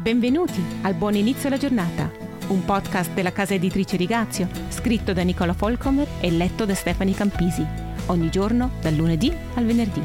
Benvenuti al Buon Inizio alla Giornata, un podcast della casa editrice Rigazio, scritto da Nicola Folcomer e letto da Stefani Campisi, ogni giorno dal lunedì al venerdì.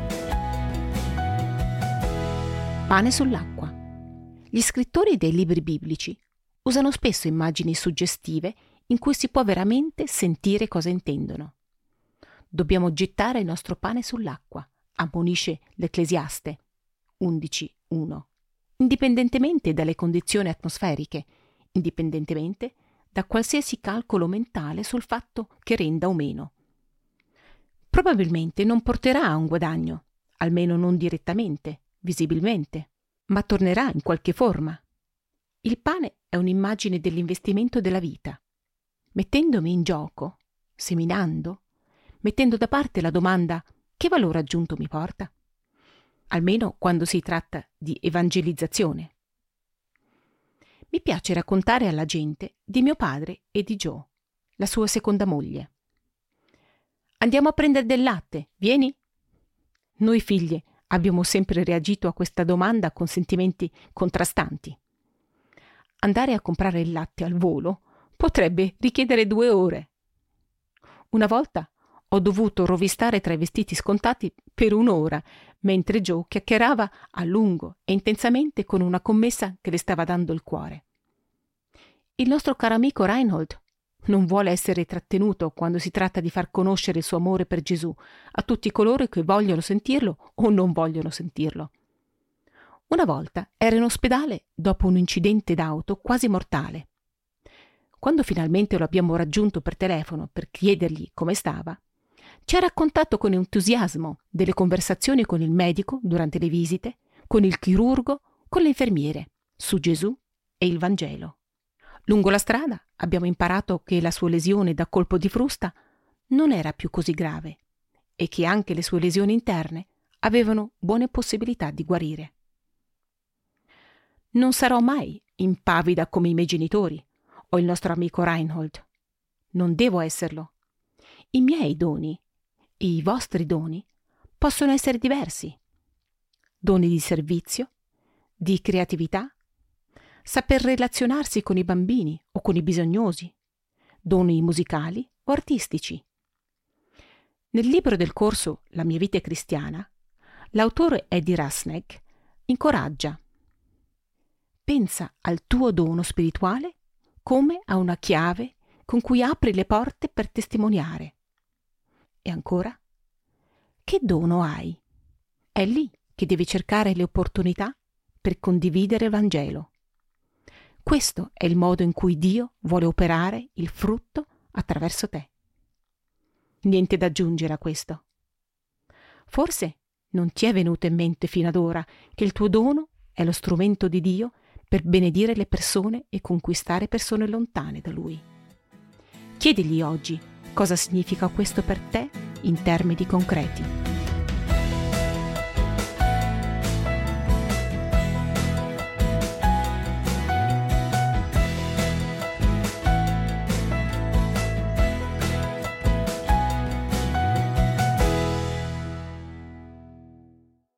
Pane sull'acqua. Gli scrittori dei libri biblici usano spesso immagini suggestive in cui si può veramente sentire cosa intendono. Dobbiamo gettare il nostro pane sull'acqua, ammonisce l'Ecclesiaste 11:1. Indipendentemente dalle condizioni atmosferiche, indipendentemente da qualsiasi calcolo mentale sul fatto che renda o meno. Probabilmente non porterà a un guadagno, almeno non direttamente, visibilmente, ma tornerà in qualche forma. Il pane è un'immagine dell'investimento della vita. Mettendomi in gioco, seminando, mettendo da parte la domanda «che valore aggiunto mi porta?» almeno quando si tratta di evangelizzazione. Mi piace raccontare alla gente di mio padre e di Joe, la sua seconda moglie. «Andiamo a prendere del latte, vieni?» Noi figlie abbiamo sempre reagito a questa domanda con sentimenti contrastanti. Andare a comprare il latte al volo potrebbe richiedere 2 ore. Una volta ho dovuto rovistare tra i vestiti scontati per 1 ora, mentre Joe chiacchierava a lungo e intensamente con una commessa che le stava dando il cuore. Il nostro caro amico Reinhold non vuole essere trattenuto quando si tratta di far conoscere il suo amore per Gesù a tutti coloro che vogliono sentirlo o non vogliono sentirlo. Una volta era in ospedale dopo un incidente d'auto quasi mortale. Quando finalmente lo abbiamo raggiunto per telefono per chiedergli come stava, ci ha raccontato con entusiasmo delle conversazioni con il medico durante le visite, con il chirurgo, con le infermiere, su Gesù e il Vangelo. Lungo la strada abbiamo imparato che la sua lesione da colpo di frusta non era più così grave e che anche le sue lesioni interne avevano buone possibilità di guarire. Non sarò mai impavida come i miei genitori o il nostro amico Reinhold. Non devo esserlo. I miei doni, i vostri doni, possono essere diversi. Doni di servizio, di creatività, saper relazionarsi con i bambini o con i bisognosi, doni musicali o artistici. Nel libro del corso La mia vita cristiana, l'autore Eddie Rasnack incoraggia: pensa al tuo dono spirituale come a una chiave con cui apri le porte per testimoniare. E ancora, che dono hai? È lì che devi cercare le opportunità per condividere il Vangelo. Questo è il modo in cui Dio vuole operare il frutto attraverso te. Niente da aggiungere a questo. Forse non ti è venuto in mente fino ad ora che il tuo dono è lo strumento di Dio per benedire le persone e conquistare persone lontane da Lui. Chiedigli oggi cosa significa questo per te in termini concreti.